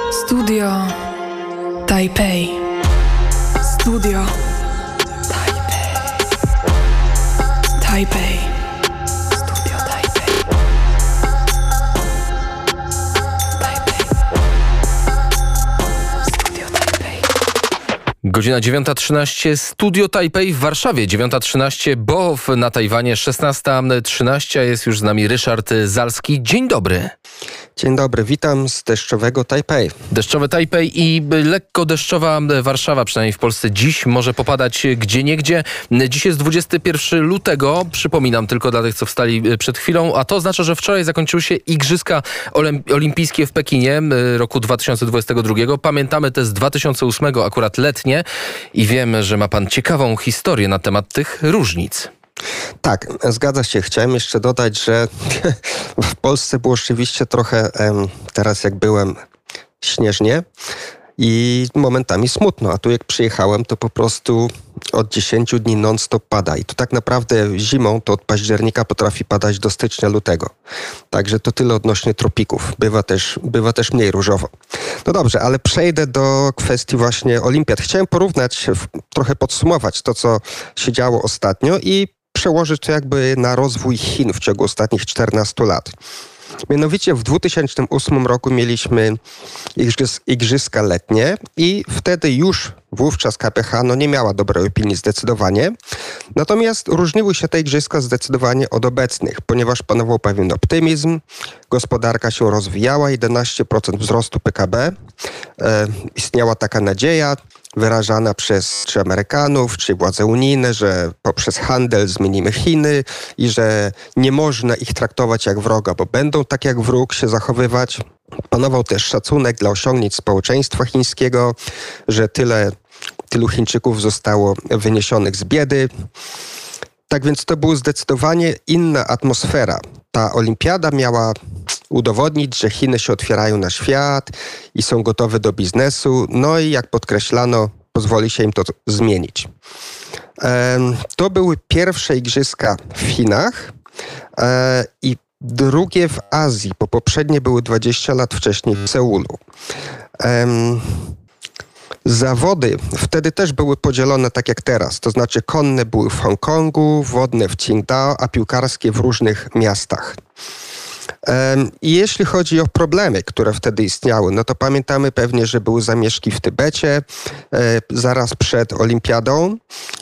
Studio Taipei. Studio Taipei. Taipei. Studio Taipei. Taipei. Studio Taipei. Godzina 9:13, Studio Taipei w Warszawie, 9:13, bo na Tajwanie 16:13, jest już z nami Ryszard Zalski. Dzień dobry. Dzień dobry, witam z deszczowego Tajpej. Deszczowe Tajpej i lekko deszczowa Warszawa, przynajmniej w Polsce dziś. Może popadać gdzieniegdzie. Dziś jest 21 lutego, przypominam tylko dla tych, co wstali przed chwilą, a to oznacza, że wczoraj zakończyły się Igrzyska Olimpijskie w Pekinie roku 2022. Pamiętamy te z 2008, akurat letnie, i wiemy, że ma pan ciekawą historię na temat tych różnic. Tak, zgadza się. Chciałem jeszcze dodać, że w Polsce było rzeczywiście trochę, teraz jak byłem, śnieżnie i momentami smutno. A tu jak przyjechałem, to po prostu od 10 dni non-stop pada. I to tak naprawdę zimą to od października potrafi padać do stycznia, lutego. Także to tyle odnośnie tropików. Bywa też mniej różowo. No dobrze, ale przejdę do kwestii właśnie olimpiad. Chciałem porównać, trochę podsumować to, co się działo ostatnio i przełożyć to jakby na rozwój Chin w ciągu ostatnich 14 lat. Mianowicie w 2008 roku mieliśmy igrzyska letnie i wtedy już wówczas KPH nie miała dobrej opinii zdecydowanie. Natomiast różniły się te igrzyska zdecydowanie od obecnych, ponieważ panował pewien optymizm, gospodarka się rozwijała, 11% wzrostu PKB, istniała taka nadzieja wyrażana przez czy Amerykanów, czy władze unijne, że poprzez handel zmienimy Chiny i że nie można ich traktować jak wroga, bo będą tak jak wróg się zachowywać. Panował też szacunek dla osiągnięć społeczeństwa chińskiego, że tylu Chińczyków zostało wyniesionych z biedy. Tak więc to była zdecydowanie inna atmosfera. Ta olimpiada miała udowodnić, że Chiny się otwierają na świat i są gotowe do biznesu. No i jak podkreślano, pozwoli się im to zmienić. To były pierwsze igrzyska w Chinach i drugie w Azji, bo poprzednie były 20 lat wcześniej w Seulu. Zawody wtedy też były podzielone tak jak teraz, to znaczy konne były w Hongkongu, wodne w Qingdao, a piłkarskie w różnych miastach. I jeśli chodzi o problemy, które wtedy istniały, no to pamiętamy pewnie, że były zamieszki w Tybecie zaraz przed olimpiadą.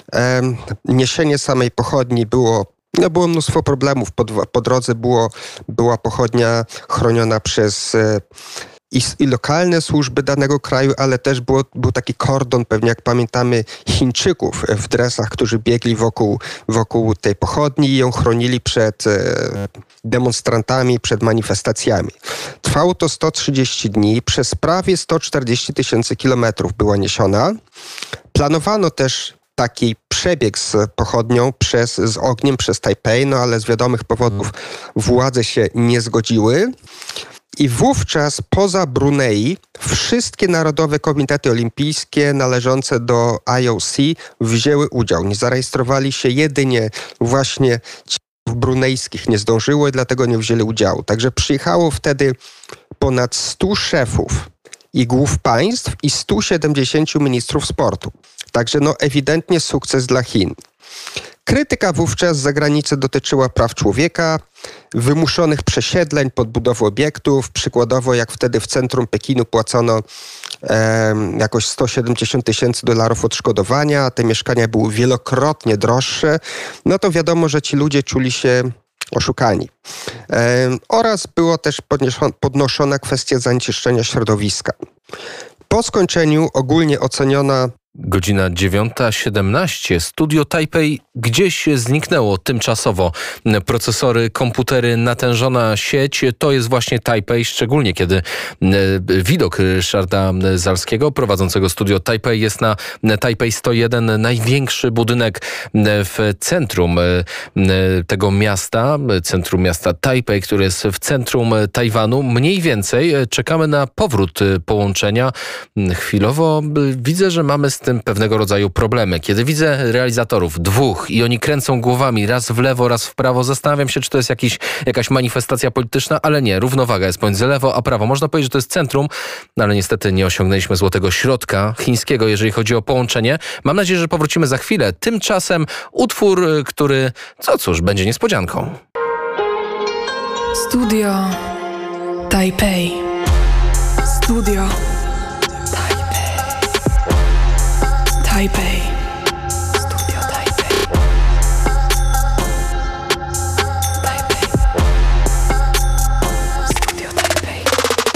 Niesienie samej pochodni było mnóstwo problemów. Po drodze była pochodnia chroniona przez i lokalne służby danego kraju, ale też był taki kordon, pewnie jak pamiętamy, Chińczyków w dresach, którzy biegli wokół tej pochodni i ją chronili przed demonstrantami, przed manifestacjami. Trwało to 130 dni, przez prawie 140 000 kilometrów była niesiona. Planowano też taki przebieg z pochodnią z ogniem przez Tajpej, ale z wiadomych powodów władze się nie zgodziły. I wówczas poza Brunei wszystkie narodowe komitety olimpijskie należące do IOC wzięły udział. Nie zarejestrowali się jedynie właśnie ci brunejskich, nie zdążyło i dlatego nie wzięli udziału. Także przyjechało wtedy ponad 100 szefów i głów państw i 170 ministrów sportu. Także ewidentnie sukces dla Chin. Krytyka wówczas z zagranicy dotyczyła praw człowieka, wymuszonych przesiedleń, podbudowy obiektów. Przykładowo jak wtedy w centrum Pekinu płacono jakoś $170 000 odszkodowania, a te mieszkania były wielokrotnie droższe, to wiadomo, że ci ludzie czuli się oszukani. Oraz była też podnoszona kwestia zanieczyszczenia środowiska. Po skończeniu ogólnie oceniona Godzina 9:17. Studio Taipei gdzieś zniknęło tymczasowo. Procesory, komputery, natężona sieć. To jest właśnie Taipei, szczególnie kiedy widok Ryszarda Zalskiego, prowadzącego Studio Taipei, jest na Taipei 101, największy budynek w centrum tego miasta, centrum miasta Taipei, który jest w centrum Tajwanu. Mniej więcej czekamy na powrót połączenia. Chwilowo widzę, że mamy tym pewnego rodzaju problemy. Kiedy widzę realizatorów, dwóch, i oni kręcą głowami raz w lewo, raz w prawo, zastanawiam się, czy to jest jakaś manifestacja polityczna, ale nie, równowaga jest pomiędzy lewo a prawo. Można powiedzieć, że to jest centrum, ale niestety nie osiągnęliśmy złotego środka chińskiego, jeżeli chodzi o połączenie. Mam nadzieję, że powrócimy za chwilę. Tymczasem utwór, który, co cóż, będzie niespodzianką. Studio Taipei. Studio Taipei. Taipei.